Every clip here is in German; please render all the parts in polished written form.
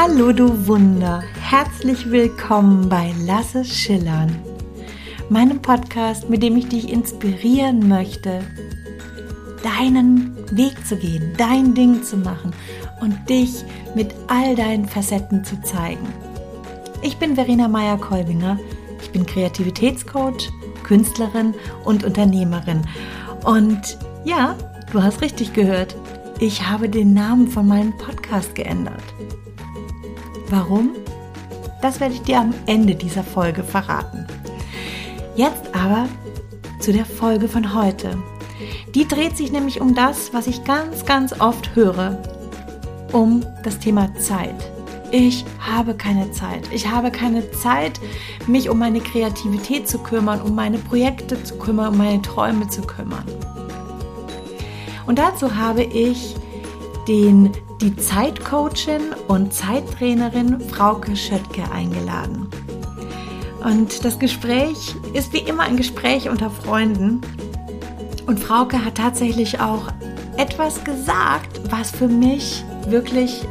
Hallo du Wunder, herzlich willkommen bei Lass es schillern, meinem Podcast, mit dem ich dich inspirieren möchte, deinen Weg zu gehen, dein Ding zu machen und dich mit all deinen Facetten zu zeigen. Ich bin Verena Meyer-Kolbinger, ich bin Kreativitätscoach, Künstlerin und Unternehmerin und ja, du hast richtig gehört, ich habe den Namen von meinem Podcast geändert. Warum? Das werde ich dir am Ende dieser Folge verraten. Jetzt aber zu der Folge von heute. Die dreht sich nämlich um das, was ich ganz oft höre, um das Thema Zeit. Ich habe keine Zeit. Ich habe keine Zeit, mich um meine Kreativität zu kümmern, um meine Projekte zu kümmern, um meine Träume zu kümmern. Und dazu habe ich die Zeitcoachin und Zeittrainerin Frauke Schöttke eingeladen. Und das Gespräch ist wie immer ein Gespräch unter Freunden. Und Frauke hat tatsächlich auch etwas gesagt, was für mich wirklich,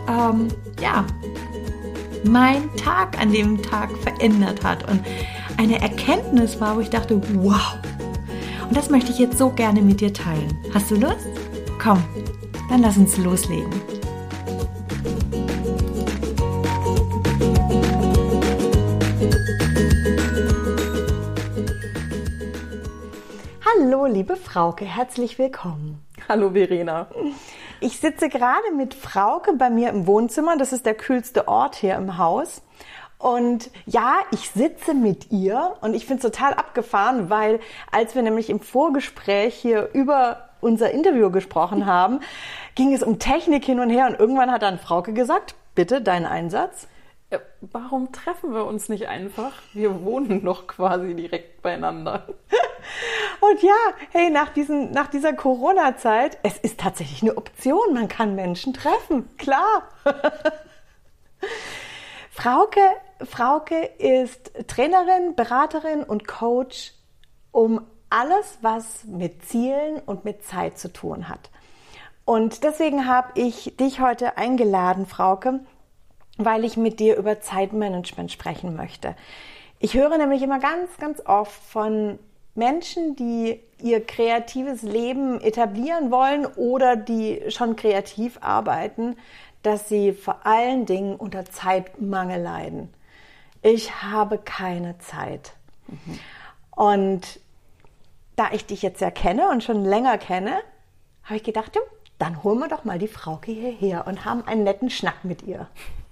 mein Tag an dem Tag verändert hat. Und eine Erkenntnis war, wo ich dachte, wow. Und das möchte ich jetzt so gerne mit dir teilen. Hast du Lust? Komm, dann lass uns loslegen. Hallo, liebe Frauke, herzlich willkommen. Hallo Verena. Ich sitze gerade mit Frauke bei mir im Wohnzimmer. Das ist der kühlste Ort hier im Haus. Und ja, ich sitze mit ihr und ich finde es total abgefahren, weil als wir nämlich im Vorgespräch hier über unser Interview gesprochen haben, ging es um Technik hin und her und irgendwann hat dann Frauke gesagt, bitte deinen Einsatz. Warum treffen wir uns nicht einfach? Wir wohnen noch quasi direkt beieinander. Und ja, hey, nach dieser Corona-Zeit, es ist tatsächlich eine Option, man kann Menschen treffen, klar. Frauke ist Trainerin, Beraterin und Coach, um alles, was mit Zielen und mit Zeit zu tun hat. Und deswegen habe ich dich heute eingeladen, Frauke, weil ich mit dir über Zeitmanagement sprechen möchte. Ich höre nämlich immer ganz oft von Menschen, die ihr kreatives Leben etablieren wollen oder die schon kreativ arbeiten, dass sie vor allen Dingen unter Zeitmangel leiden. Ich habe keine Zeit. Und da ich dich jetzt ja kenne und schon länger kenne, habe ich gedacht, ja, dann holen wir doch mal die Frauke hierher und haben einen netten Schnack mit ihr.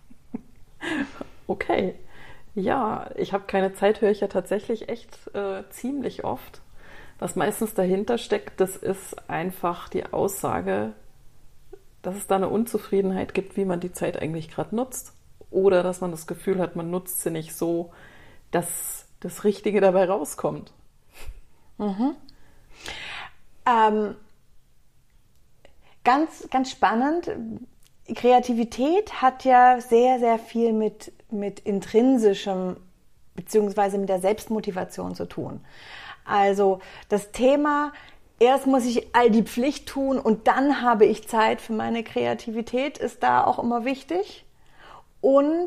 Okay. Ja, ich habe keine Zeit, höre ich ja tatsächlich echt ziemlich oft. Was meistens dahinter steckt, das ist einfach die Aussage, dass es da eine Unzufriedenheit gibt, wie man die Zeit eigentlich gerade nutzt. Oder dass man das Gefühl hat, man nutzt sie nicht so, dass das Richtige dabei rauskommt. Ganz spannend. Kreativität hat ja sehr viel mit intrinsischem bzw. mit der Selbstmotivation zu tun. Also das Thema, erst muss ich all die Pflicht tun und dann habe ich Zeit für meine Kreativität, ist da auch immer wichtig. Und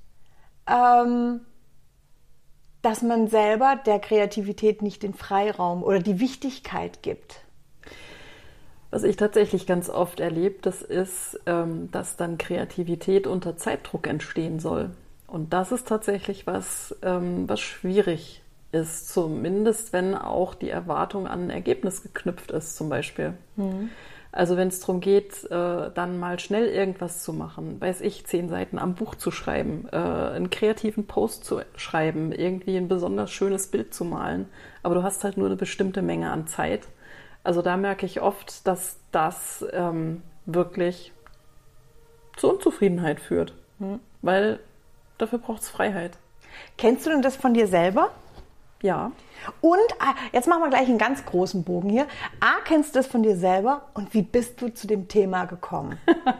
dass man selber der Kreativität nicht den Freiraum oder die Wichtigkeit gibt. Was ich tatsächlich ganz oft erlebe, das ist, dass dann Kreativität unter Zeitdruck entstehen soll. Und das ist tatsächlich was schwierig ist, zumindest wenn auch die Erwartung an ein Ergebnis geknüpft ist zum Beispiel. Also wenn es darum geht, dann mal schnell irgendwas zu machen, 10 Seiten am Buch zu schreiben, einen kreativen Post zu schreiben, irgendwie ein besonders schönes Bild zu malen, aber du hast halt nur eine bestimmte Menge an Zeit. Also da merke ich oft, dass das wirklich zu Unzufriedenheit führt, weil dafür braucht es Freiheit. Kennst du denn das von dir selber? Ja. Und jetzt machen wir gleich einen ganz großen Bogen hier. Kennst du das von dir selber und wie bist du zu dem Thema gekommen?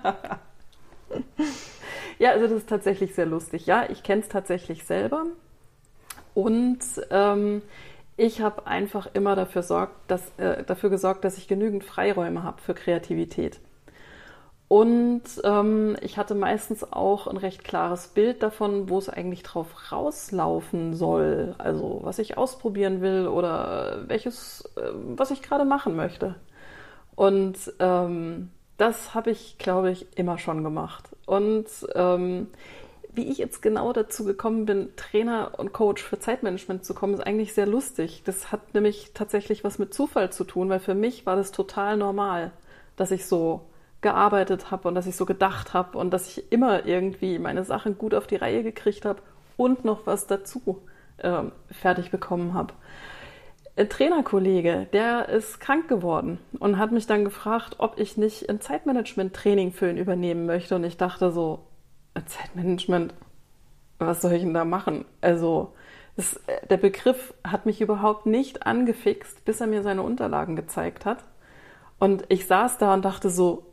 Ja, also das ist tatsächlich sehr lustig. Ja, ich kenne es tatsächlich selber und ich habe einfach immer dafür gesorgt, dass ich genügend Freiräume habe für Kreativität. Und ich hatte meistens auch ein recht klares Bild davon, wo es eigentlich drauf rauslaufen soll. Also was ich ausprobieren will oder was ich gerade machen möchte. Und das habe ich, glaube ich, immer schon gemacht. Und wie ich jetzt genau dazu gekommen bin, Trainer und Coach für Zeitmanagement zu kommen, ist eigentlich sehr lustig. Das hat nämlich tatsächlich was mit Zufall zu tun, weil für mich war das total normal, dass ich so gearbeitet habe und dass ich so gedacht habe und dass ich immer irgendwie meine Sachen gut auf die Reihe gekriegt habe und noch was dazu fertig bekommen habe. Ein Trainerkollege, der ist krank geworden und hat mich dann gefragt, ob ich nicht ein Zeitmanagement-Training für ihn übernehmen möchte. Und ich dachte so, Zeitmanagement, was soll ich denn da machen? Also der Begriff hat mich überhaupt nicht angefixt, bis er mir seine Unterlagen gezeigt hat. Und ich saß da und dachte so,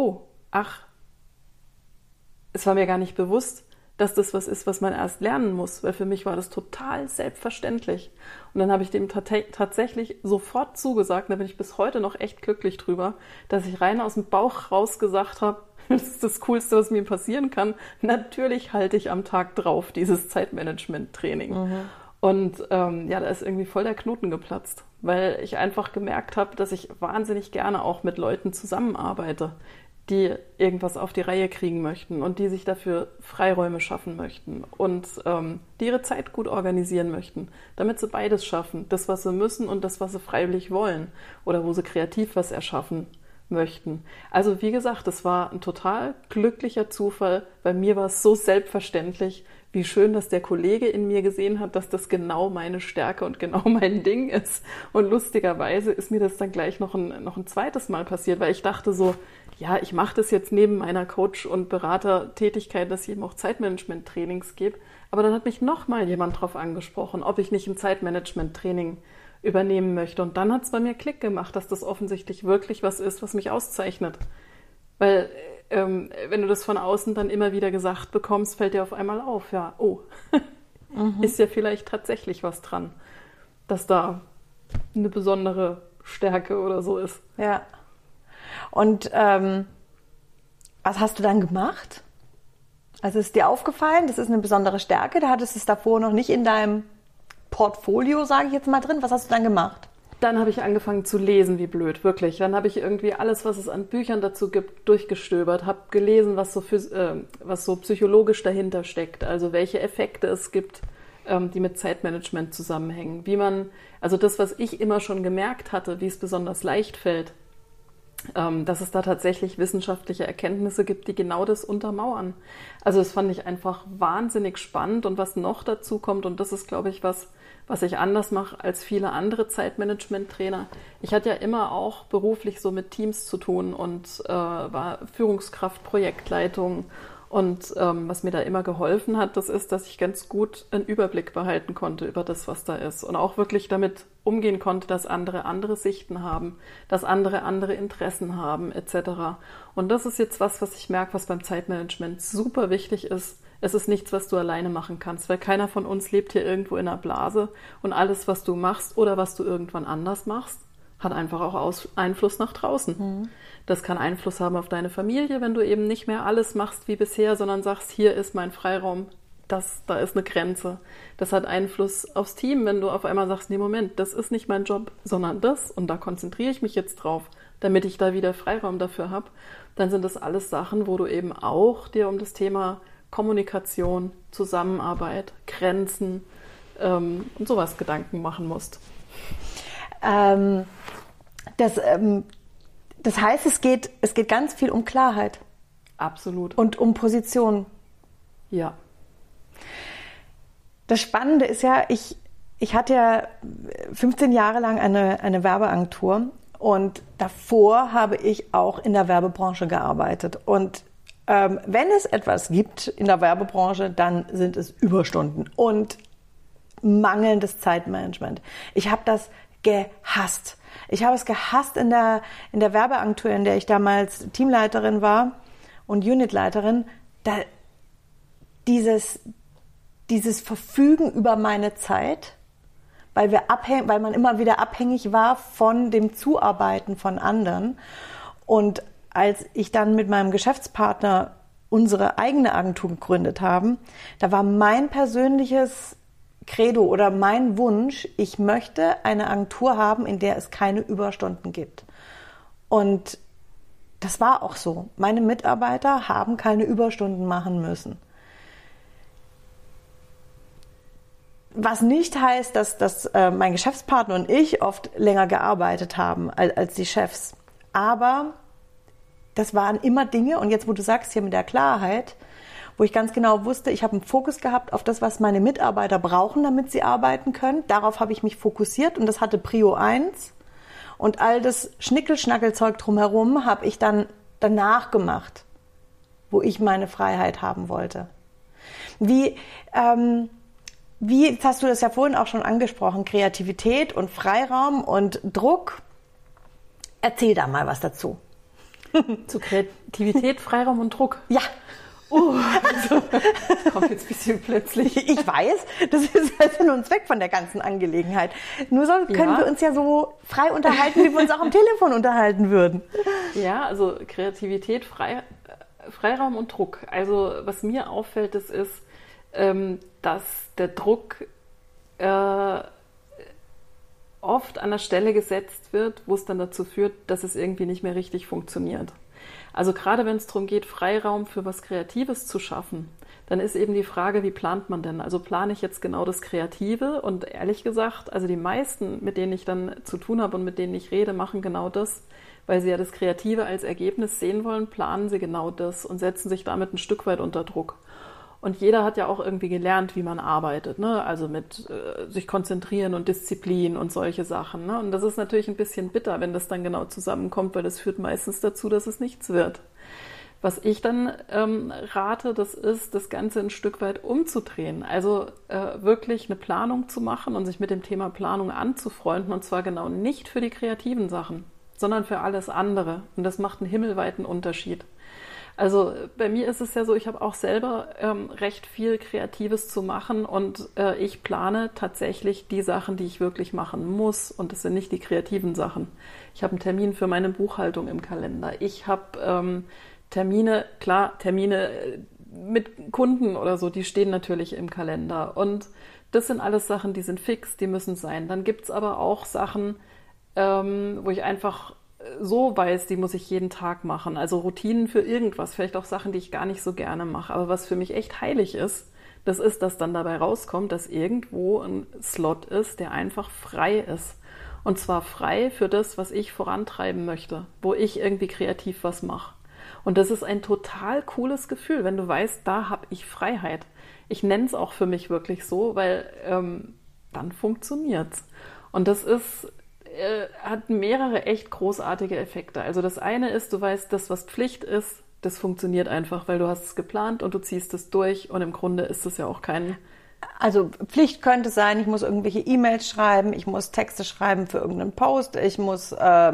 es war mir gar nicht bewusst, dass das was ist, was man erst lernen muss, weil für mich war das total selbstverständlich. Und dann habe ich dem tatsächlich sofort zugesagt, da bin ich bis heute noch echt glücklich drüber, dass ich rein aus dem Bauch raus gesagt habe, das ist das Coolste, was mir passieren kann. Natürlich halte ich am Tag drauf dieses Zeitmanagement-Training. Und da ist irgendwie voll der Knoten geplatzt, weil ich einfach gemerkt habe, dass ich wahnsinnig gerne auch mit Leuten zusammenarbeite, die irgendwas auf die Reihe kriegen möchten und die sich dafür Freiräume schaffen möchten und die ihre Zeit gut organisieren möchten, damit sie beides schaffen, das, was sie müssen und das, was sie freiwillig wollen oder wo sie kreativ was erschaffen möchten. Also wie gesagt, es war ein total glücklicher Zufall. Bei mir war es so selbstverständlich, wie schön, dass der Kollege in mir gesehen hat, dass das genau meine Stärke und genau mein Ding ist. Und lustigerweise ist mir das dann gleich noch ein zweites Mal passiert, weil ich dachte so, ja, ich mache das jetzt neben meiner Coach- und Beratertätigkeit, dass ich eben auch Zeitmanagement-Trainings gebe. Aber dann hat mich nochmal jemand darauf angesprochen, ob ich nicht ein Zeitmanagement-Training übernehmen möchte. Und dann hat es bei mir Klick gemacht, dass das offensichtlich wirklich was ist, was mich auszeichnet. Weil wenn du das von außen dann immer wieder gesagt bekommst, fällt dir auf einmal auf, ja, ist ja vielleicht tatsächlich was dran, dass da eine besondere Stärke oder so ist. Ja. Und was hast du dann gemacht? Also ist dir aufgefallen, das ist eine besondere Stärke, da hattest du es davor noch nicht in deinem Portfolio, sage ich jetzt mal, drin. Was hast du dann gemacht? Dann habe ich angefangen zu lesen, wie blöd, wirklich. Dann habe ich irgendwie alles, was es an Büchern dazu gibt, durchgestöbert, habe gelesen, was so psychologisch dahinter steckt, also welche Effekte es gibt, die mit Zeitmanagement zusammenhängen. Also das, was ich immer schon gemerkt hatte, wie es besonders leicht fällt, dass es da tatsächlich wissenschaftliche Erkenntnisse gibt, die genau das untermauern. Also das fand ich einfach wahnsinnig spannend. Und was noch dazu kommt, und das ist, glaube ich, was ich anders mache als viele andere Zeitmanagement-Trainer. Ich hatte ja immer auch beruflich so mit Teams zu tun und war Führungskraft, Projektleitung. Und was mir da immer geholfen hat, das ist, dass ich ganz gut einen Überblick behalten konnte über das, was da ist. Und auch wirklich damit umgehen konnte, dass andere Sichten haben, dass andere Interessen haben, etc. Und das ist jetzt was ich merke, was beim Zeitmanagement super wichtig ist. Es ist nichts, was du alleine machen kannst, weil keiner von uns lebt hier irgendwo in einer Blase. Und alles, was du machst oder was du irgendwann anders machst, hat einfach auch Einfluss nach draußen. Das kann Einfluss haben auf deine Familie, wenn du eben nicht mehr alles machst wie bisher, sondern sagst, hier ist mein Freiraum, da ist eine Grenze. Das hat Einfluss aufs Team, wenn du auf einmal sagst, nee, Moment, das ist nicht mein Job, sondern das und da konzentriere ich mich jetzt drauf, damit ich da wieder Freiraum dafür habe. Dann sind das alles Sachen, wo du eben auch dir um das Thema Kommunikation, Zusammenarbeit, Grenzen und sowas Gedanken machen musst. Das heißt, es geht ganz viel um Klarheit. Absolut. Und um Position. Ja. Das Spannende ist ja, ich hatte ja 15 Jahre lang eine Werbeagentur und davor habe ich auch in der Werbebranche gearbeitet. Und wenn es etwas gibt in der Werbebranche, dann sind es Überstunden und mangelndes Zeitmanagement. Ich habe das gehasst. Ich habe es gehasst in der Werbeagentur, in der ich damals Teamleiterin war und Unitleiterin, dieses Verfügen über meine Zeit, weil man immer wieder abhängig war von dem Zuarbeiten von anderen. Und als ich dann mit meinem Geschäftspartner unsere eigene Agentur gegründet haben, da war mein persönliches Credo oder mein Wunsch, ich möchte eine Agentur haben, in der es keine Überstunden gibt. Und das war auch so. Meine Mitarbeiter haben keine Überstunden machen müssen. Was nicht heißt, dass mein Geschäftspartner und ich oft länger gearbeitet haben als die Chefs. Aber das waren immer Dinge, und jetzt, wo du sagst, hier mit der Klarheit, wo ich ganz genau wusste, ich habe einen Fokus gehabt auf das, was meine Mitarbeiter brauchen, damit sie arbeiten können. Darauf habe ich mich fokussiert und das hatte Prio 1. Und all das Schnickel-Schnackel-Zeug drumherum habe ich dann danach gemacht, wo ich meine Freiheit haben wollte. Jetzt hast du das ja vorhin auch schon angesprochen, Kreativität und Freiraum und Druck. Erzähl da mal was dazu. Zu Kreativität, Freiraum und Druck? Ja. Das kommt jetzt ein bisschen plötzlich. Ich weiß, das ist Sinn und Zweck von der ganzen Angelegenheit. Nur so können wir uns ja so frei unterhalten, wie wir uns auch am Telefon unterhalten würden. Ja, also Kreativität, Freiraum und Druck. Also was mir auffällt, das ist, dass der Druck oft an der Stelle gesetzt wird, wo es dann dazu führt, dass es irgendwie nicht mehr richtig funktioniert. Also gerade wenn es darum geht, Freiraum für was Kreatives zu schaffen, dann ist eben die Frage, wie plant man denn? Also plane ich jetzt genau das Kreative? Und ehrlich gesagt, also die meisten, mit denen ich dann zu tun habe und mit denen ich rede, machen genau das, weil sie ja das Kreative als Ergebnis sehen wollen, planen sie genau das und setzen sich damit ein Stück weit unter Druck. Und jeder hat ja auch irgendwie gelernt, wie man arbeitet, ne? Also mit sich konzentrieren und Disziplin und solche Sachen. Ne? Und das ist natürlich ein bisschen bitter, wenn das dann genau zusammenkommt, weil das führt meistens dazu, dass es nichts wird. Was ich dann rate, das ist, das Ganze ein Stück weit umzudrehen. Also wirklich eine Planung zu machen und sich mit dem Thema Planung anzufreunden. Und zwar genau nicht für die kreativen Sachen, sondern für alles andere. Und das macht einen himmelweiten Unterschied. Also bei mir ist es ja so, ich habe auch selber recht viel Kreatives zu machen und ich plane tatsächlich die Sachen, die ich wirklich machen muss, und das sind nicht die kreativen Sachen. Ich habe einen Termin für meine Buchhaltung im Kalender. Ich habe Termine mit Kunden oder so, die stehen natürlich im Kalender, und das sind alles Sachen, die sind fix, die müssen sein. Dann gibt's aber auch Sachen, wo ich einfach so weiß, die muss ich jeden Tag machen. Also Routinen für irgendwas, vielleicht auch Sachen, die ich gar nicht so gerne mache. Aber was für mich echt heilig ist, das ist, dass dann dabei rauskommt, dass irgendwo ein Slot ist, der einfach frei ist. Und zwar frei für das, was ich vorantreiben möchte, wo ich irgendwie kreativ was mache. Und das ist ein total cooles Gefühl, wenn du weißt, da habe ich Freiheit. Ich nenne es auch für mich wirklich so, weil dann funktioniert's. Und das hat mehrere echt großartige Effekte. Also das eine ist, du weißt, das, was Pflicht ist, das funktioniert einfach, weil du hast es geplant und du ziehst es durch, und im Grunde ist es ja auch kein... Also Pflicht könnte sein, ich muss irgendwelche E-Mails schreiben, ich muss Texte schreiben für irgendeinen Post, ich muss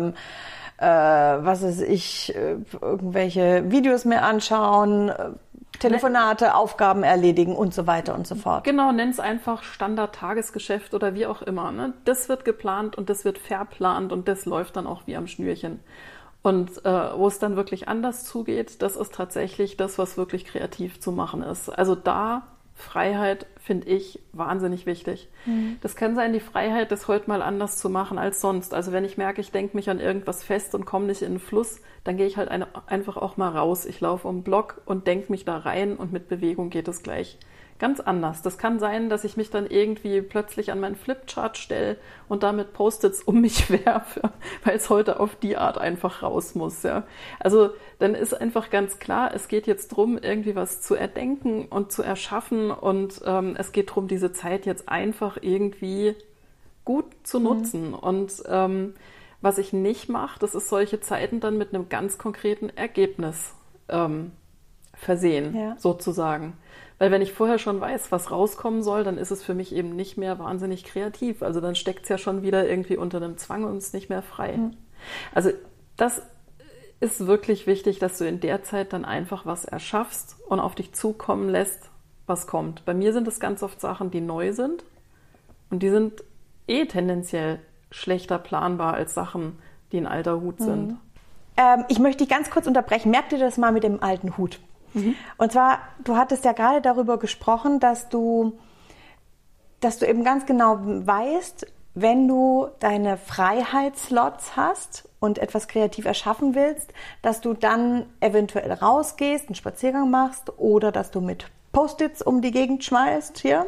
irgendwelche Videos mir anschauen, Telefonate, Aufgaben erledigen und so weiter und so fort. Genau, nenn es einfach Standard-Tagesgeschäft oder wie auch immer. Ne? Das wird geplant und das wird verplant und das läuft dann auch wie am Schnürchen. Und wo es dann wirklich anders zugeht, das ist tatsächlich das, was wirklich kreativ zu machen ist. Also da Freiheit finde ich wahnsinnig wichtig. Mhm. Das kann sein, die Freiheit, das heute mal anders zu machen als sonst. Also wenn ich merke, ich denke mich an irgendwas fest und komme nicht in den Fluss, dann gehe ich halt einfach auch mal raus. Ich laufe um den Block und denke mich da rein, und mit Bewegung geht es gleich ganz anders. Das kann sein, dass ich mich dann irgendwie plötzlich an meinen Flipchart stelle und damit Post-its um mich werfe, weil es heute auf die Art einfach raus muss. Ja. Also dann ist einfach ganz klar, es geht jetzt darum, irgendwie was zu erdenken und zu erschaffen, und es geht darum, diese Zeit jetzt einfach irgendwie gut zu nutzen. Und was ich nicht mache, das ist solche Zeiten dann mit einem ganz konkreten Ergebnis versehen, ja, sozusagen. Weil wenn ich vorher schon weiß, was rauskommen soll, dann ist es für mich eben nicht mehr wahnsinnig kreativ. Also dann steckt es ja schon wieder irgendwie unter einem Zwang und ist nicht mehr frei. Mhm. Also das ist wirklich wichtig, dass du in der Zeit dann einfach was erschaffst und auf dich zukommen lässt, was kommt. Bei mir sind es ganz oft Sachen, die neu sind, und die sind tendenziell schlechter planbar als Sachen, die ein alter Hut sind. Ich möchte dich ganz kurz unterbrechen. Merk dir das mal mit dem alten Hut. Und zwar, du hattest ja gerade darüber gesprochen, dass du eben ganz genau weißt, wenn du deine Freiheitsslots hast und etwas kreativ erschaffen willst, dass du dann eventuell rausgehst, einen Spaziergang machst oder dass du mit Post-its um die Gegend schmeißt hier.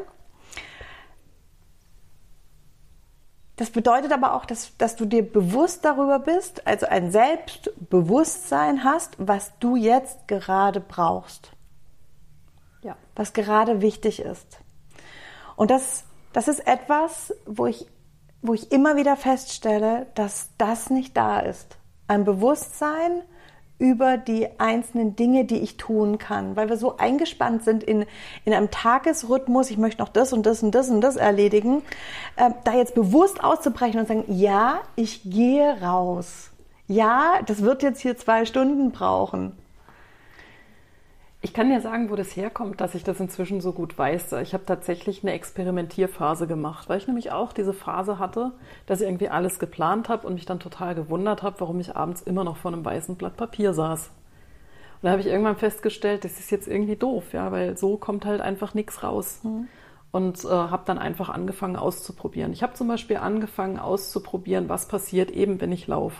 Das bedeutet aber auch, dass du dir bewusst darüber bist, also ein Selbstbewusstsein hast, was du jetzt gerade brauchst. Ja. Was gerade wichtig ist. Und das ist etwas, wo ich immer wieder feststelle, dass das nicht da ist. Ein Bewusstsein über die einzelnen Dinge, die ich tun kann, weil wir so eingespannt sind in einem Tagesrhythmus, ich möchte noch das und das und das und das erledigen, da jetzt bewusst auszubrechen und sagen, ja, ich gehe raus. Ja, das wird jetzt hier 2 Stunden brauchen. Ich kann dir sagen, wo das herkommt, dass ich das inzwischen so gut weiß. Ich habe tatsächlich eine Experimentierphase gemacht, weil ich nämlich auch diese Phase hatte, dass ich irgendwie alles geplant habe und mich dann total gewundert habe, warum ich abends immer noch vor einem weißen Blatt Papier saß. Und da habe ich irgendwann festgestellt, das ist jetzt irgendwie doof, ja, weil so kommt halt einfach nichts raus. Und habe dann einfach angefangen auszuprobieren. Ich habe zum Beispiel angefangen auszuprobieren, was passiert eben, wenn ich laufe.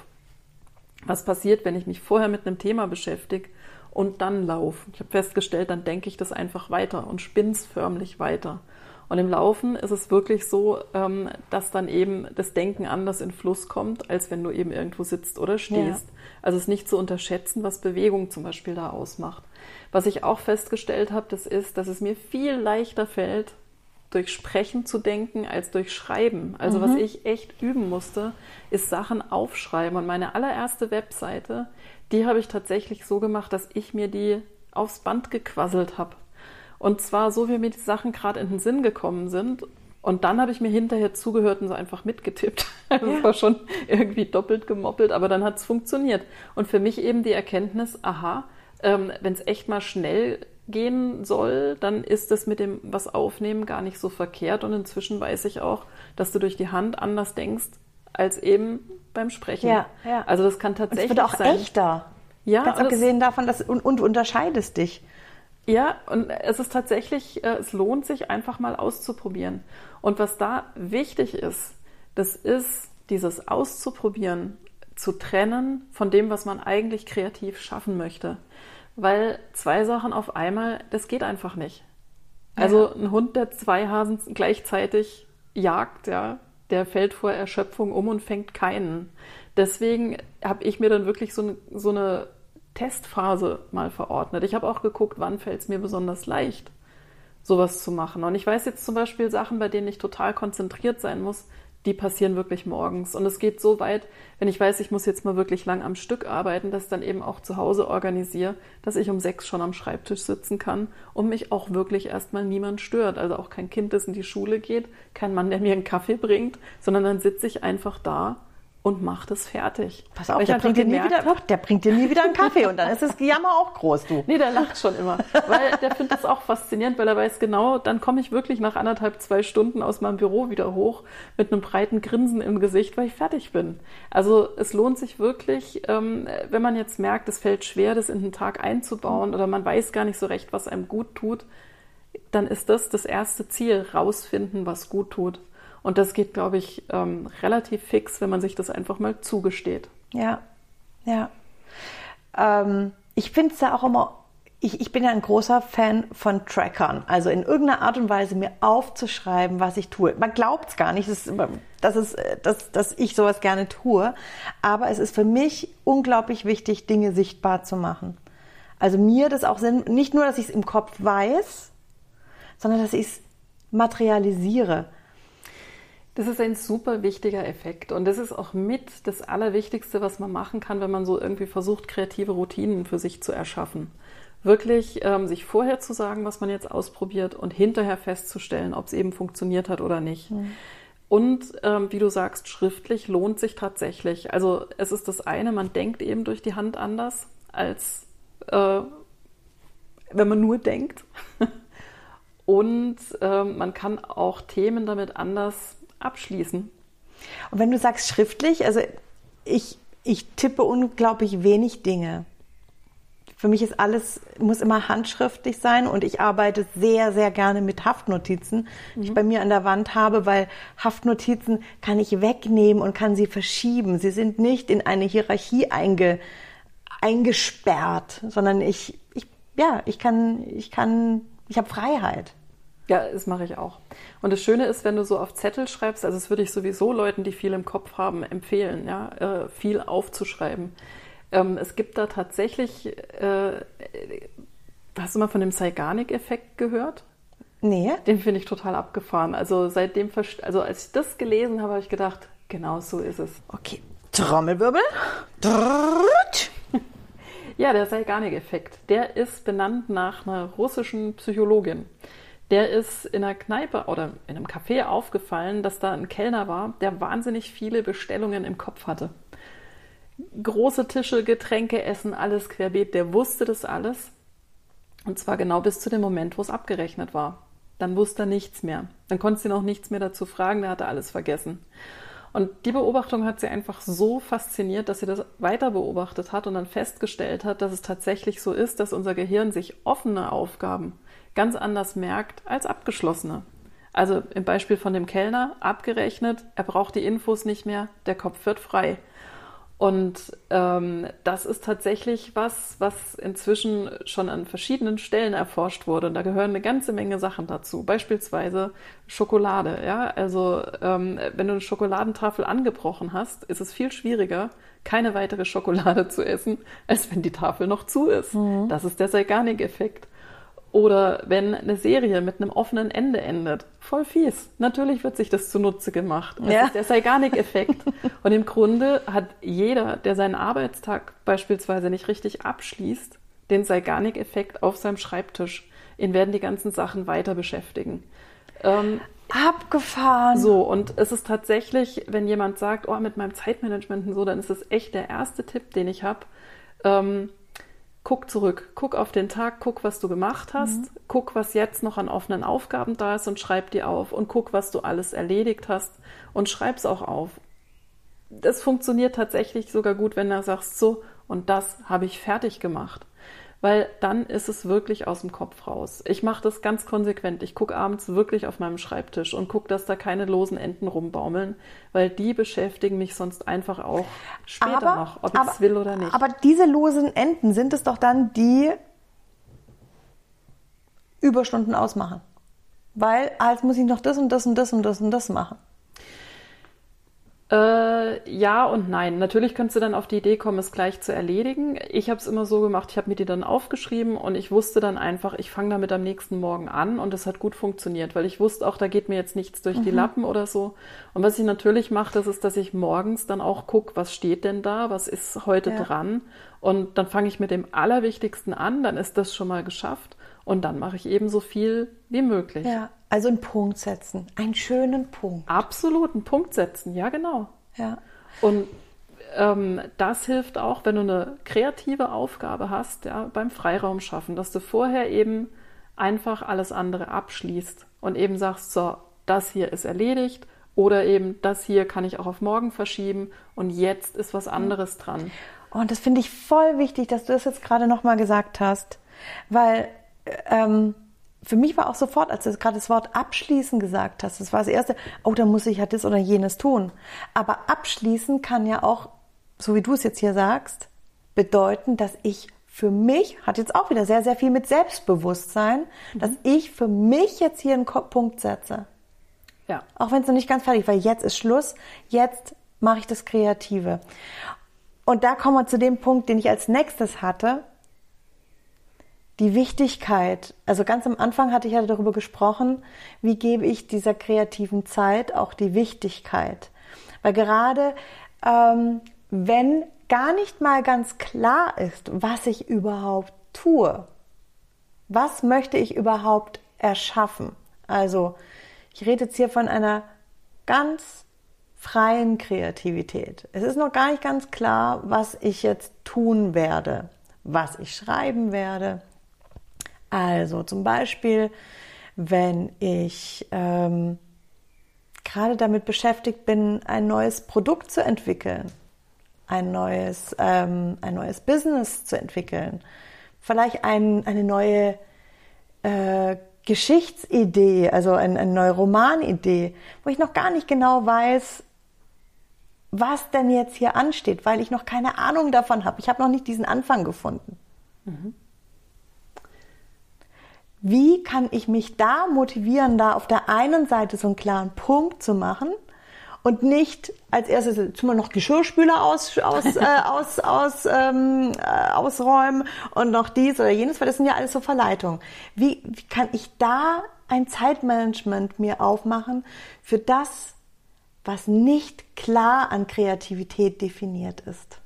Was passiert, wenn ich mich vorher mit einem Thema beschäftige und dann laufe. Ich habe festgestellt, dann denke ich das einfach weiter und spinne es förmlich weiter. Und im Laufen ist es wirklich so, dass dann eben das Denken anders in Fluss kommt, als wenn du eben irgendwo sitzt oder stehst. Ja. Also es ist nicht zu unterschätzen, was Bewegung zum Beispiel da ausmacht. Was ich auch festgestellt habe, das ist, dass es mir viel leichter fällt, durch Sprechen zu denken, als durch Schreiben. Also was ich echt üben musste, ist Sachen aufschreiben. Und meine allererste Webseite, die habe ich tatsächlich so gemacht, dass ich mir die aufs Band gequasselt habe. Und zwar so, wie mir die Sachen gerade in den Sinn gekommen sind. Und dann habe ich mir hinterher zugehört und so einfach mitgetippt. Also es war schon irgendwie doppelt gemoppelt, aber dann hat es funktioniert. Und für mich eben die Erkenntnis, aha, wenn es echt mal schnell gehen soll, dann ist das mit dem was aufnehmen gar nicht so verkehrt. Und inzwischen weiß ich auch, dass du durch die Hand anders denkst, als eben beim Sprechen. Ja, ja. Also das kann tatsächlich sein. Es wird auch sein. Echter. Ja, ganz abgesehen davon, und du unterscheidest dich. Ja, und es ist tatsächlich, es lohnt sich einfach mal auszuprobieren. Und was da wichtig ist, das ist dieses Auszuprobieren, zu trennen von dem, was man eigentlich kreativ schaffen möchte. Weil 2 Sachen auf einmal, das geht einfach nicht. Also ein Hund, der 2 Hasen gleichzeitig jagt, ja, der fällt vor Erschöpfung um und fängt keinen. Deswegen habe ich mir dann wirklich so eine Testphase mal verordnet. Ich habe auch geguckt, wann fällt es mir besonders leicht, sowas zu machen. Und ich weiß jetzt zum Beispiel Sachen, bei denen ich total konzentriert sein muss, die passieren wirklich morgens. Und es geht so weit, wenn ich weiß, ich muss jetzt mal wirklich lang am Stück arbeiten, dass ich dann eben auch zu Hause organisiere, dass ich um 6 schon am Schreibtisch sitzen kann und mich auch wirklich erstmal niemand stört. Also auch kein Kind, das in die Schule geht, kein Mann, der mir einen Kaffee bringt, sondern dann sitze ich einfach da und macht es fertig. Pass auf, der bringt dir nie wieder einen Kaffee und dann ist das Gejammer auch groß, du. Nee, der lacht schon immer, weil der findet das auch faszinierend, weil er weiß genau, dann komme ich wirklich nach 1,5, 2 Stunden aus meinem Büro wieder hoch mit einem breiten Grinsen im Gesicht, weil ich fertig bin. Also es lohnt sich wirklich, wenn man jetzt merkt, es fällt schwer, das in den Tag einzubauen oder man weiß gar nicht so recht, was einem gut tut, dann ist das erste Ziel, rausfinden, was gut tut. Und das geht, glaube ich, relativ fix, wenn man sich das einfach mal zugesteht. Ja, ja. Ich finde es ja auch immer, ich bin ja ein großer Fan von Trackern. Also in irgendeiner Art und Weise mir aufzuschreiben, was ich tue. Man glaubt es gar nicht, dass ich sowas gerne tue. Aber es ist für mich unglaublich wichtig, Dinge sichtbar zu machen. Also mir das auch nicht nur, dass ich es im Kopf weiß, sondern dass ich es materialisiere. Das ist ein super wichtiger Effekt und das ist auch mit das Allerwichtigste, was man machen kann, wenn man so irgendwie versucht, kreative Routinen für sich zu erschaffen. Wirklich sich vorher zu sagen, was man jetzt ausprobiert und hinterher festzustellen, ob es eben funktioniert hat oder nicht. Und wie du sagst, schriftlich lohnt sich tatsächlich. Also es ist das eine, man denkt eben durch die Hand anders, als wenn man nur denkt. Und man kann auch Themen damit anders abschließen. Und wenn du sagst schriftlich, also ich Ich tippe unglaublich wenig Dinge. Für mich ist alles, muss immer handschriftlich sein und ich arbeite sehr, sehr gerne mit Haftnotizen, die ich bei mir an der Wand habe, weil Haftnotizen kann ich wegnehmen und kann sie verschieben. Sie sind nicht in eine Hierarchie eingesperrt, sondern ich habe Freiheit. Ja, das mache ich auch. Und das Schöne ist, wenn du so auf Zettel schreibst, also das würde ich sowieso Leuten, die viel im Kopf haben, empfehlen, ja, viel aufzuschreiben. Es gibt da tatsächlich, hast du mal von dem Zeigarnik-Effekt gehört? Nee. Den finde ich total abgefahren. Also als ich das gelesen habe, habe ich gedacht, genau so ist es. Okay, Trommelwirbel. Ja, der Zeigarnik-Effekt, der ist benannt nach einer russischen Psychologin. Der ist in einer Kneipe oder in einem Café aufgefallen, dass da ein Kellner war, der wahnsinnig viele Bestellungen im Kopf hatte. Große Tische, Getränke, Essen, alles querbeet. Der wusste das alles. Und zwar genau bis zu dem Moment, wo es abgerechnet war. Dann wusste er nichts mehr. Dann konnte sie noch nichts mehr dazu fragen, der hatte alles vergessen. Und die Beobachtung hat sie einfach so fasziniert, dass sie das weiter beobachtet hat und dann festgestellt hat, dass es tatsächlich so ist, dass unser Gehirn sich offene Aufgaben ganz anders merkt als abgeschlossene. Also im Beispiel von dem Kellner, abgerechnet, er braucht die Infos nicht mehr, der Kopf wird frei. Und das ist tatsächlich was inzwischen schon an verschiedenen Stellen erforscht wurde. Und da gehören eine ganze Menge Sachen dazu. Beispielsweise Schokolade. Ja? Also wenn du eine Schokoladentafel angebrochen hast, ist es viel schwieriger, keine weitere Schokolade zu essen, als wenn die Tafel noch zu ist. Mhm. Das ist der Zeigarnik-Effekt. Oder wenn eine Serie mit einem offenen Ende endet. Voll fies. Natürlich wird sich das zunutze gemacht. Das ist der Zeigarnik-Effekt. Und im Grunde hat jeder, der seinen Arbeitstag beispielsweise nicht richtig abschließt, den Zeigarnik-Effekt auf seinem Schreibtisch. Ihn werden die ganzen Sachen weiter beschäftigen. Abgefahren. So, und es ist tatsächlich, wenn jemand sagt, oh, mit meinem Zeitmanagement und so, dann ist das echt der erste Tipp, den ich habe. Guck zurück, guck auf den Tag, guck, was du gemacht hast, guck, was jetzt noch an offenen Aufgaben da ist und schreib die auf und guck, was du alles erledigt hast und schreib's auch auf. Das funktioniert tatsächlich sogar gut, wenn du sagst, so, und das habe ich fertig gemacht. Weil dann ist es wirklich aus dem Kopf raus. Ich mache das ganz konsequent. Ich gucke abends wirklich auf meinem Schreibtisch und gucke, dass da keine losen Enden rumbaumeln, weil die beschäftigen mich sonst einfach auch später noch, ob ich es will oder nicht. Aber diese losen Enden sind es doch dann, die Überstunden ausmachen. Weil, jetzt muss ich noch das und das und das und das und das machen. Ja und nein. Natürlich könntest du dann auf die Idee kommen, es gleich zu erledigen. Ich habe es immer so gemacht, ich habe mir die dann aufgeschrieben und ich wusste dann einfach, ich fange damit am nächsten Morgen an und das hat gut funktioniert, weil ich wusste auch, da geht mir jetzt nichts durch die Lappen oder so. Und was ich natürlich mache, das ist, dass ich morgens dann auch gucke, was steht denn da, was ist heute dran und dann fange ich mit dem Allerwichtigsten an, dann ist das schon mal geschafft und dann mache ich eben so viel wie möglich. Ja. Also einen Punkt setzen, einen schönen Punkt. Absolut, einen Punkt setzen, ja genau. Ja. Und das hilft auch, wenn du eine kreative Aufgabe hast, ja, beim Freiraum schaffen, dass du vorher eben einfach alles andere abschließt und eben sagst, so, das hier ist erledigt oder eben das hier kann ich auch auf morgen verschieben und jetzt ist was anderes dran. Und das finde ich voll wichtig, dass du das jetzt gerade nochmal gesagt hast, weil für mich war auch sofort, als du gerade das Wort abschließen gesagt hast, das war das Erste, oh, da muss ich ja das oder jenes tun. Aber abschließen kann ja auch, so wie du es jetzt hier sagst, bedeuten, dass ich für mich, hat jetzt auch wieder sehr, sehr viel mit Selbstbewusstsein, dass ich für mich jetzt hier einen Punkt setze. Ja. Auch wenn es noch nicht ganz fertig ist, weil jetzt ist Schluss, jetzt mache ich das Kreative. Und da kommen wir zu dem Punkt, den ich als nächstes hatte, die Wichtigkeit, also ganz am Anfang hatte ich ja darüber gesprochen, wie gebe ich dieser kreativen Zeit auch die Wichtigkeit. Weil gerade wenn gar nicht mal ganz klar ist, was ich überhaupt tue, was möchte ich überhaupt erschaffen. Also ich rede jetzt hier von einer ganz freien Kreativität. Es ist noch gar nicht ganz klar, was ich jetzt tun werde, was ich schreiben werde. Also zum Beispiel, wenn ich gerade damit beschäftigt bin, ein neues Produkt zu entwickeln, ein neues Business zu entwickeln, vielleicht eine neue Geschichtsidee, also eine neue Romanidee, wo ich noch gar nicht genau weiß, was denn jetzt hier ansteht, weil ich noch keine Ahnung davon habe. Ich habe noch nicht diesen Anfang gefunden. Mhm. Wie kann ich mich da motivieren, da auf der einen Seite so einen klaren Punkt zu machen und nicht als erstes jetzt mal noch Geschirrspüler ausräumen und noch dies oder jenes, weil das sind ja alles so Verleitungen. Wie kann ich da ein Zeitmanagement mir aufmachen für das, was nicht klar an Kreativität definiert ist?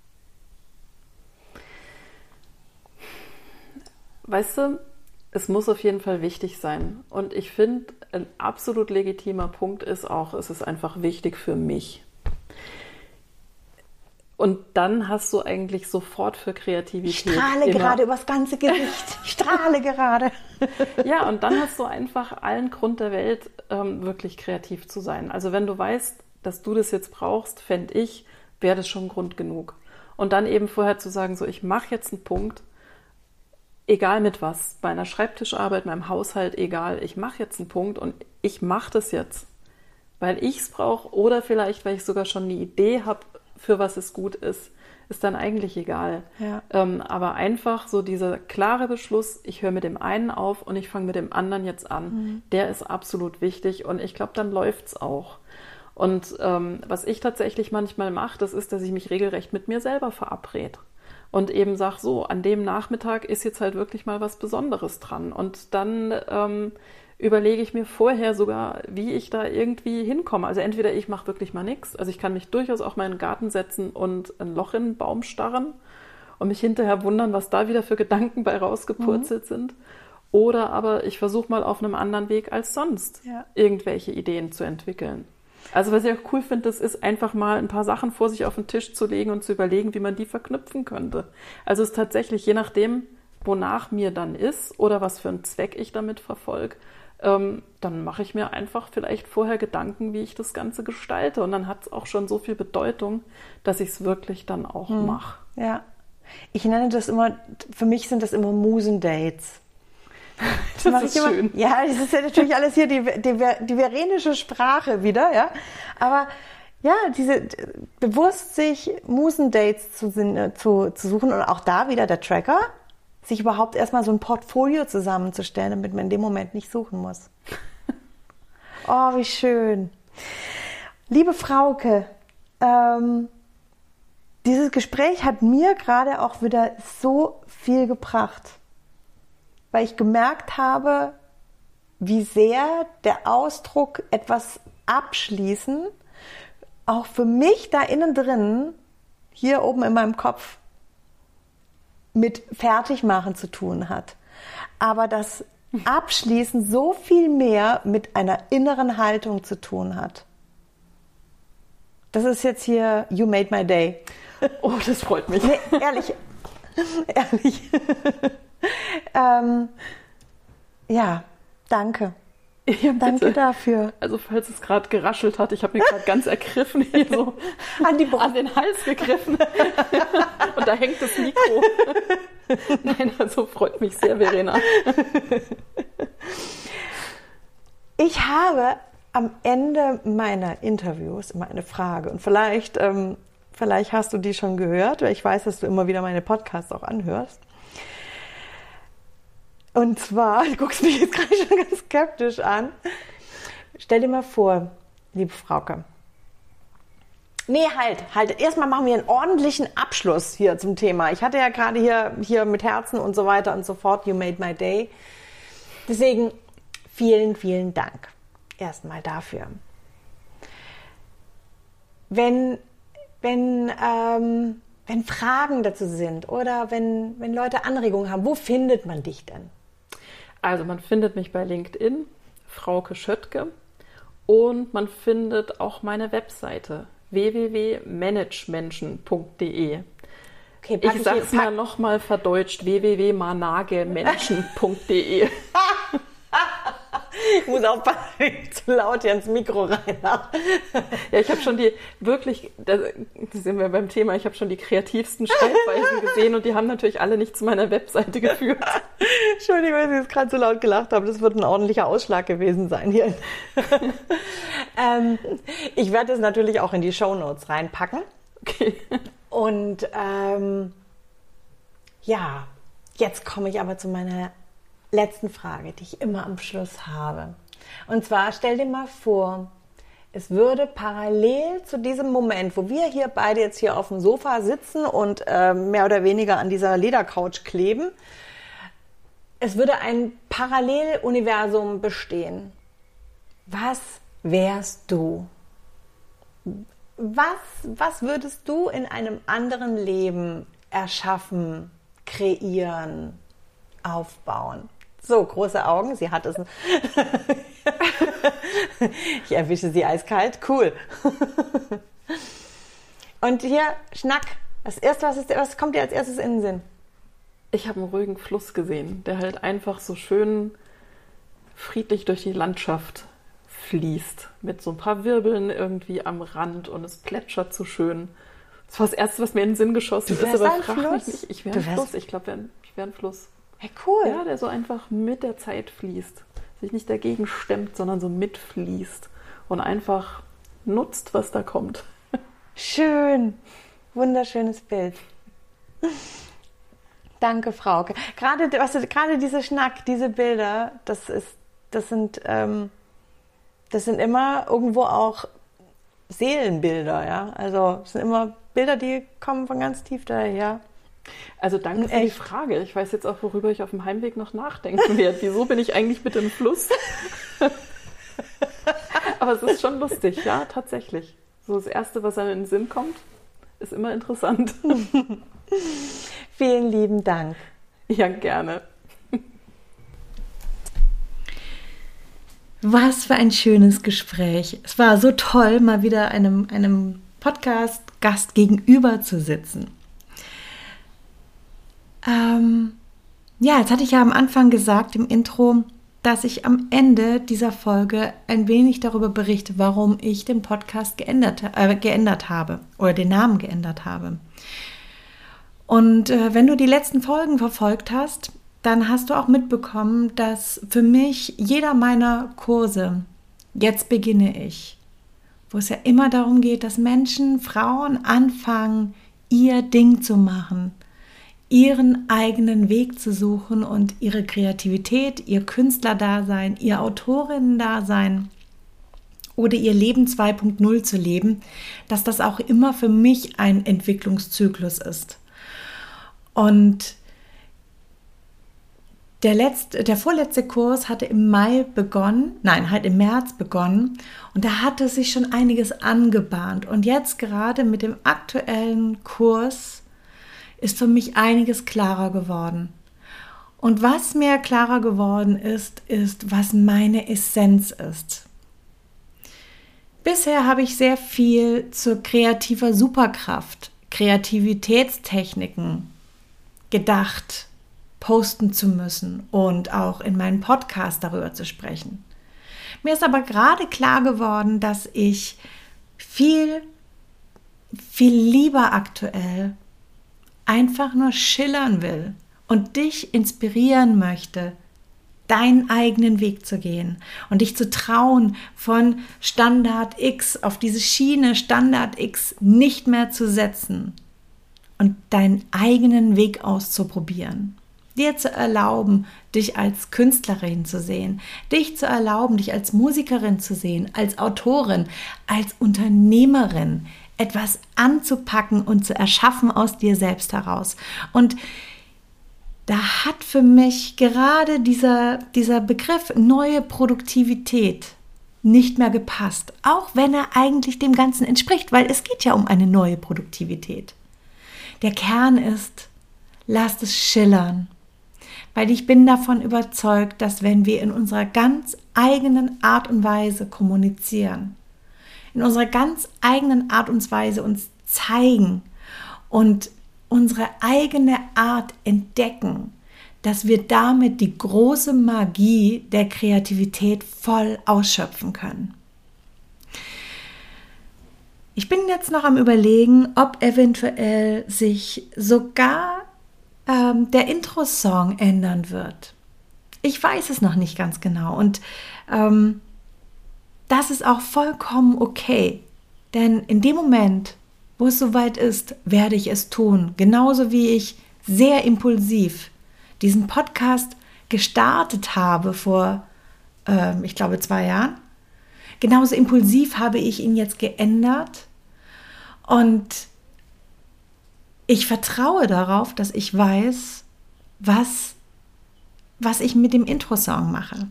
Weißt du, es muss auf jeden Fall wichtig sein. Und ich finde, ein absolut legitimer Punkt ist auch, es ist einfach wichtig für mich. Und dann hast du eigentlich sofort für Kreativität. Ich strahle gerade übers ganze Gesicht. Ich strahle gerade. Ja, und dann hast du einfach allen Grund der Welt, wirklich kreativ zu sein. Also wenn du weißt, dass du das jetzt brauchst, fände ich, wäre das schon Grund genug. Und dann eben vorher zu sagen, so ich mache jetzt einen Punkt, egal mit was, bei einer Schreibtischarbeit, meinem Haushalt, egal, ich mache jetzt einen Punkt und ich mache das jetzt, weil ich es brauche oder vielleicht, weil ich sogar schon eine Idee habe, für was es gut ist dann eigentlich egal. Ja. Aber einfach so dieser klare Beschluss, ich höre mit dem einen auf und ich fange mit dem anderen jetzt an, der ist absolut wichtig und ich glaube, dann läuft's auch. Und was ich tatsächlich manchmal mache, das ist, dass ich mich regelrecht mit mir selber verabrede. Und eben sag so, an dem Nachmittag ist jetzt halt wirklich mal was Besonderes dran. Und dann überlege ich mir vorher sogar, wie ich da irgendwie hinkomme. Also entweder ich mache wirklich mal nichts, also ich kann mich durchaus auch mal in den Garten setzen und ein Loch in den Baum starren und mich hinterher wundern, was da wieder für Gedanken bei rausgepurzelt sind. Oder aber ich versuche mal auf einem anderen Weg als sonst irgendwelche Ideen zu entwickeln. Also was ich auch cool finde, das ist einfach mal ein paar Sachen vor sich auf den Tisch zu legen und zu überlegen, wie man die verknüpfen könnte. Also es ist tatsächlich, je nachdem, wonach mir dann ist oder was für einen Zweck ich damit verfolge, dann mache ich mir einfach vielleicht vorher Gedanken, wie ich das Ganze gestalte. Und dann hat es auch schon so viel Bedeutung, dass ich es wirklich dann auch mache. Ja, ich nenne das immer, für mich sind das immer Musendates. Das ist schön. Ja, das ist ja natürlich alles hier die verenische Sprache wieder, ja. Aber ja, diese bewusst sich Musendates zu suchen und auch da wieder der Tracker, sich überhaupt erstmal so ein Portfolio zusammenzustellen, damit man in dem Moment nicht suchen muss. Oh, wie schön. Liebe Frauke, dieses Gespräch hat mir gerade auch wieder so viel gebracht, weil ich gemerkt habe, wie sehr der Ausdruck etwas abschließen auch für mich da innen drin, hier oben in meinem Kopf, mit Fertigmachen zu tun hat. Aber das Abschließen so viel mehr mit einer inneren Haltung zu tun hat. Das ist jetzt hier You Made My Day. Oh, das freut mich. Nee, ehrlich. Ehrlich. Ja, danke. Ja, danke dafür. Also falls es gerade geraschelt hat, ich habe mir gerade ganz ergriffen hier so an den Hals gegriffen. Und da hängt das Mikro. Nein, also freut mich sehr, Verena. Ich habe am Ende meiner Interviews immer eine Frage. Und vielleicht hast du die schon gehört, weil ich weiß, dass du immer wieder meine Podcasts auch anhörst. Und zwar, du guckst mich jetzt gerade schon ganz skeptisch an. Stell dir mal vor, liebe Frauke. Nee, halt. Erstmal machen wir einen ordentlichen Abschluss hier zum Thema. Ich hatte ja gerade hier mit Herzen und so weiter und so fort, You Made My Day. Deswegen vielen, vielen Dank erstmal dafür. Wenn Fragen dazu sind oder wenn Leute Anregungen haben, wo findet man dich denn? Also man findet mich bei LinkedIn, Frauke Schöttke, und man findet auch meine Webseite www.managemenschen.de. Okay, ich sage es mal nochmal verdeutscht, www.managemenschen.de. Ich muss aufpassen, ich zu laut hier ins Mikro rein. Ja, ich habe schon da sind wir beim Thema, ich habe schon die kreativsten Schreibweisen gesehen und die haben natürlich alle nicht zu meiner Webseite geführt. Entschuldigung, dass ich jetzt gerade so laut gelacht habe. Das wird ein ordentlicher Ausschlag gewesen sein hier. Ich werde es natürlich auch in die Shownotes reinpacken. Okay. Und ja, jetzt komme ich aber zu meiner letzten Frage, die ich immer am Schluss habe. Und zwar, stell dir mal vor, es würde parallel zu diesem Moment, wo wir hier beide jetzt hier auf dem Sofa sitzen und mehr oder weniger an dieser Ledercouch kleben, es würde ein Paralleluniversum bestehen. Was wärst du? Was würdest du in einem anderen Leben erschaffen, kreieren, aufbauen? So, große Augen, sie hat es. Ich erwische sie eiskalt, cool. Und hier, Schnack, was kommt dir als erstes in den Sinn? Ich habe einen ruhigen Fluss gesehen, der halt einfach so schön friedlich durch die Landschaft fließt. Mit so ein paar Wirbeln irgendwie am Rand und es plätschert so schön. Das war das Erste, was mir in den Sinn geschossen ist, aber frag mich nicht. Ich wäre ein Fluss. Ich glaube, ich wäre ein Fluss. Ja, cool. Ja, der so einfach mit der Zeit fließt. Sich nicht dagegen stemmt, sondern so mitfließt. Und einfach nutzt, was da kommt. Schön. Wunderschönes Bild. Danke, Frauke. Gerade diese Schnack, diese Bilder, das sind immer irgendwo auch Seelenbilder, ja. Also es sind immer Bilder, die kommen von ganz tief daher. Also danke für die Frage. Ich weiß jetzt auch, worüber ich auf dem Heimweg noch nachdenken werde. Wieso bin ich eigentlich mit dem Fluss? Aber es ist schon lustig, ja, tatsächlich. So das Erste, was einem in den Sinn kommt, ist immer interessant. Vielen lieben Dank. Ja, gerne. Was für ein schönes Gespräch. Es war so toll, mal wieder einem Podcast-Gast gegenüber zu sitzen. Ja, jetzt hatte ich ja am Anfang gesagt im Intro, dass ich am Ende dieser Folge ein wenig darüber berichte, warum ich den Podcast geändert habe oder den Namen geändert habe. Und wenn du die letzten Folgen verfolgt hast, dann hast du auch mitbekommen, dass für mich jeder meiner Kurse, jetzt beginne ich, wo es ja immer darum geht, dass Menschen, Frauen anfangen, ihr Ding zu machen, ihren eigenen Weg zu suchen und ihre Kreativität, ihr Künstlerdasein, ihr Autorinnen-Dasein oder ihr Leben 2.0 zu leben, dass das auch immer für mich ein Entwicklungszyklus ist. Und der vorletzte Kurs hatte im März begonnen und da hatte sich schon einiges angebahnt. Und jetzt gerade mit dem aktuellen Kurs ist für mich einiges klarer geworden. Und was mir klarer geworden ist, was meine Essenz ist. Bisher habe ich sehr viel zur kreativer Superkraft, Kreativitätstechniken gedacht, posten zu müssen und auch in meinem Podcast darüber zu sprechen. Mir ist aber gerade klar geworden, dass ich viel, viel lieber aktuell einfach nur schillern will und dich inspirieren möchte, deinen eigenen Weg zu gehen und dich zu trauen, von Standard X auf diese Schiene Standard X nicht mehr zu setzen und deinen eigenen Weg auszuprobieren. Dir zu erlauben, dich als Künstlerin zu sehen, dich zu erlauben, dich als Musikerin zu sehen, als Autorin, als Unternehmerin, etwas anzupacken und zu erschaffen aus dir selbst heraus. Und da hat für mich gerade dieser Begriff neue Produktivität nicht mehr gepasst, auch wenn er eigentlich dem Ganzen entspricht, weil es geht ja um eine neue Produktivität. Der Kern ist, lasst es schillern, weil ich bin davon überzeugt, dass wenn wir in unserer ganz eigenen Art und Weise kommunizieren, in unserer ganz eigenen Art und Weise uns zeigen und unsere eigene Art entdecken, dass wir damit die große Magie der Kreativität voll ausschöpfen können. Ich bin jetzt noch am Überlegen, ob eventuell sich sogar der Intro-Song ändern wird. Ich weiß es noch nicht ganz genau und das ist auch vollkommen okay, denn in dem Moment, wo es soweit ist, werde ich es tun, genauso wie ich sehr impulsiv diesen Podcast gestartet habe vor, ich glaube, 2 Jahren. Genauso impulsiv habe ich ihn jetzt geändert und ich vertraue darauf, dass ich weiß, was ich mit dem Intro-Song mache.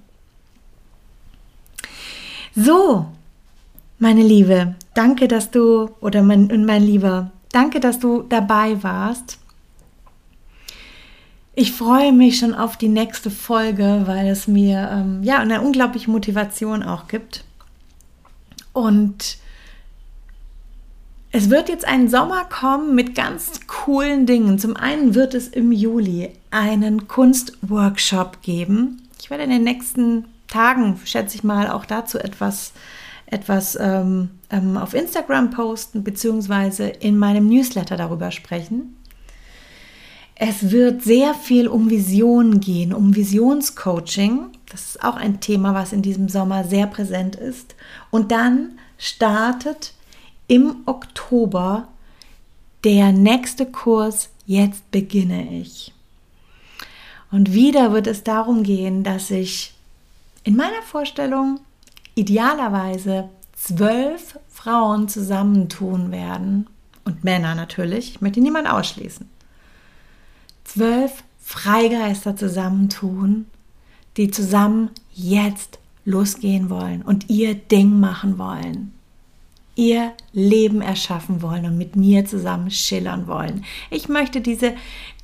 So, meine Liebe, danke, dass du, oder mein Lieber, danke, dass du dabei warst. Ich freue mich schon auf die nächste Folge, weil es mir eine unglaubliche Motivation auch gibt. Und es wird jetzt ein Sommer kommen mit ganz coolen Dingen. Zum einen wird es im Juli einen Kunstworkshop geben. Ich werde in den nächsten Tagen, schätze ich mal, auch dazu etwas auf Instagram posten, beziehungsweise in meinem Newsletter darüber sprechen. Es wird sehr viel um Vision gehen, um Visionscoaching. Das ist auch ein Thema, was in diesem Sommer sehr präsent ist. Und dann startet im Oktober der nächste Kurs, jetzt beginne ich. Und wieder wird es darum gehen, dass ich in meiner Vorstellung idealerweise 12 Frauen zusammentun werden und Männer natürlich, ich möchte niemanden ausschließen. 12 Freigeister zusammentun, die zusammen jetzt losgehen wollen und ihr Ding machen wollen. Ihr Leben erschaffen wollen und mit mir zusammen schillern wollen. Ich möchte diese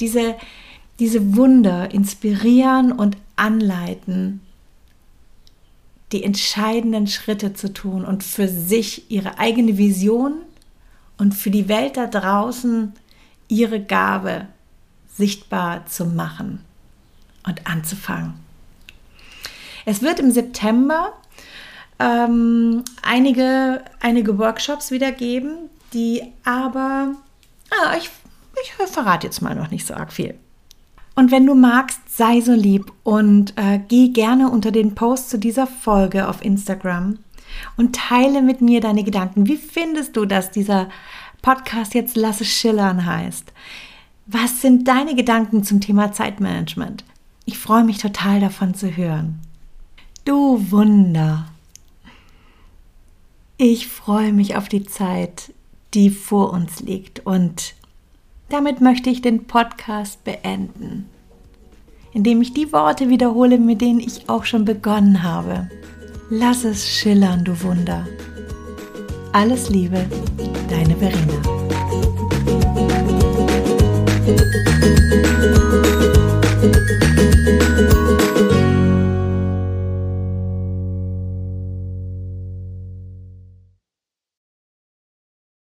Wunder inspirieren und anleiten, die entscheidenden Schritte zu tun und für sich ihre eigene Vision und für die Welt da draußen ihre Gabe sichtbar zu machen und anzufangen. Es wird im September einige Workshops wieder geben, die aber, ich verrate jetzt mal noch nicht so arg viel. Und wenn du magst, sei so lieb und geh gerne unter den Post zu dieser Folge auf Instagram und teile mit mir deine Gedanken. Wie findest du, dass dieser Podcast jetzt Lass es schillern heißt? Was sind deine Gedanken zum Thema Zeitmanagement? Ich freue mich total davon zu hören. Du Wunder! Ich freue mich auf die Zeit, die vor uns liegt und damit möchte ich den Podcast beenden, indem ich die Worte wiederhole, mit denen ich auch schon begonnen habe. Lass es schillern, du Wunder. Alles Liebe, deine Verena.